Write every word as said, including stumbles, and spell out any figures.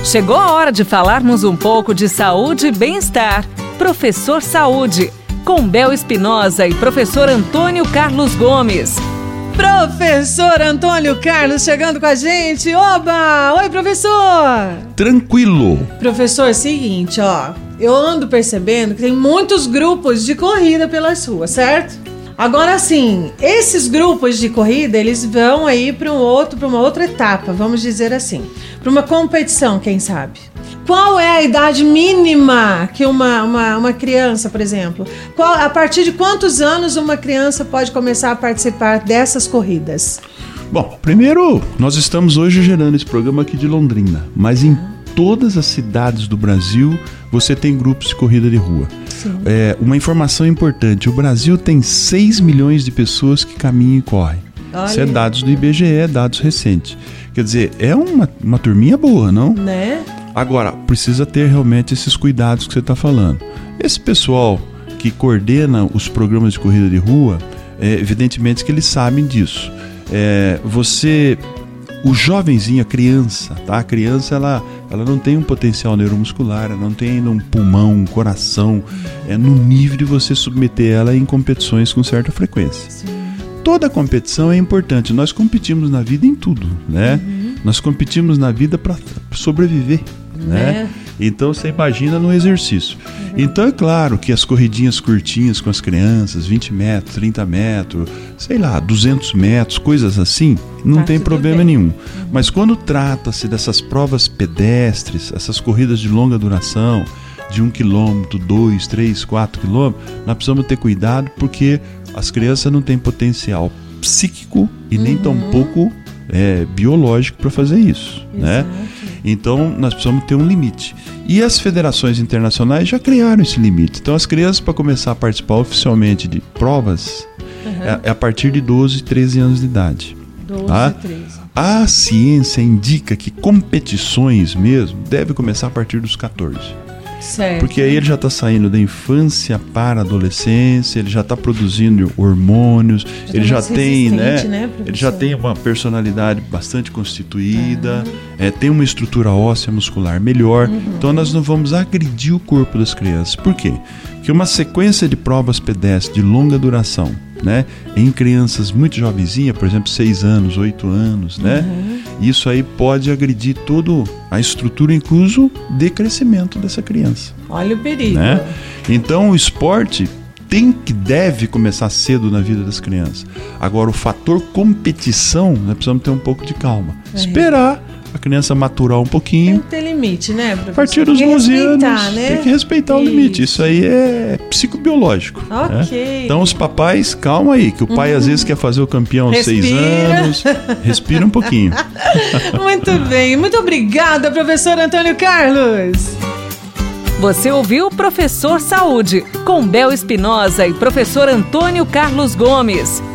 Chegou a hora de falarmos um pouco de saúde e bem-estar. Professor Saúde, com Bel Espinosa e professor Antônio Carlos Gomes. Professor Antônio Carlos chegando com a gente. Oba! Oi, professor! Tranquilo. Professor, seguinte, ó. Eu ando percebendo que tem muitos grupos de corrida pelas ruas, certo? Agora sim, esses grupos de corrida, eles vão aí para um outro, para uma outra etapa, vamos dizer assim, para uma competição, quem sabe. Qual é a idade mínima que uma, uma, uma criança, por exemplo, qual, a partir de quantos anos uma criança pode começar a participar dessas corridas? Bom, primeiro, nós estamos hoje gerando esse programa aqui de Londrina, mas em todas as cidades do Brasil você tem grupos de corrida de rua. É, uma informação importante, o Brasil tem seis milhões de pessoas que caminham e correm. Olha. Isso é dados do I B G E, dados recentes. Quer dizer, é uma, uma turminha boa, não? Né? Agora, precisa ter realmente esses cuidados que você está falando. Esse pessoal que coordena os programas de corrida de rua, é, evidentemente que eles sabem disso. É, você, o jovenzinho, a criança, tá? A criança, ela, ela não tem um potencial neuromuscular, ela não tem ainda um pulmão, um coração, é no nível de você submeter ela em competições com certa frequência. Sim. Toda competição é importante, nós competimos na vida em tudo, né? Uhum. Nós competimos na vida para sobreviver, né? Então você imagina no exercício. Uhum. Então é claro que as corridinhas curtinhas com as crianças, vinte metros, trinta metros, sei lá, duzentos metros, coisas assim, não tá, tem problema bem. nenhum. Uhum. Mas quando trata-se dessas provas pedestres, essas corridas de longa duração, de um quilômetro, dois, três, quatro quilômetros, nós precisamos ter cuidado porque as crianças não têm potencial psíquico e nem uhum. tampouco é, biológico para fazer isso, exato, né? Então nós precisamos ter um limite. E as federações internacionais já criaram esse limite. Então as crianças, para começar a participar oficialmente de provas, uhum. é, é a partir de doze, treze anos de idade. doze, tá? treze. A ciência indica que competições mesmo devem começar a partir dos catorze. Certo. Porque aí ele já está saindo da infância para a adolescência, ele já está produzindo hormônios, já ele já tem, né, né ele já tem uma personalidade bastante constituída, ah. é, tem uma estrutura óssea muscular melhor. Uhum. Então nós não vamos agredir o corpo das crianças. Por quê? Porque uma sequência de provas pedestres de longa duração, né, em crianças muito jovenzinhas, por exemplo, seis anos, oito anos, né? Uhum. Isso aí pode agredir toda a estrutura, incluso de crescimento dessa criança. Olha o perigo. Né? Então o esporte tem que deve começar cedo na vida das crianças. Agora o fator competição, nós precisamos ter um pouco de calma. É. Esperar a criança maturar um pouquinho. Tem que ter limite, né, professor? A partir dos onze anos, né? Tem que respeitar Isso. o limite. Isso aí é psicobiológico. Ok. Né? Então os papais, calma aí, que o pai uhum. às vezes quer fazer o campeão aos seis anos. Respira um pouquinho. Muito bem. Muito obrigada, professor Antônio Carlos. Você ouviu Professor Saúde, com Bel Espinosa e professor Antônio Carlos Gomes.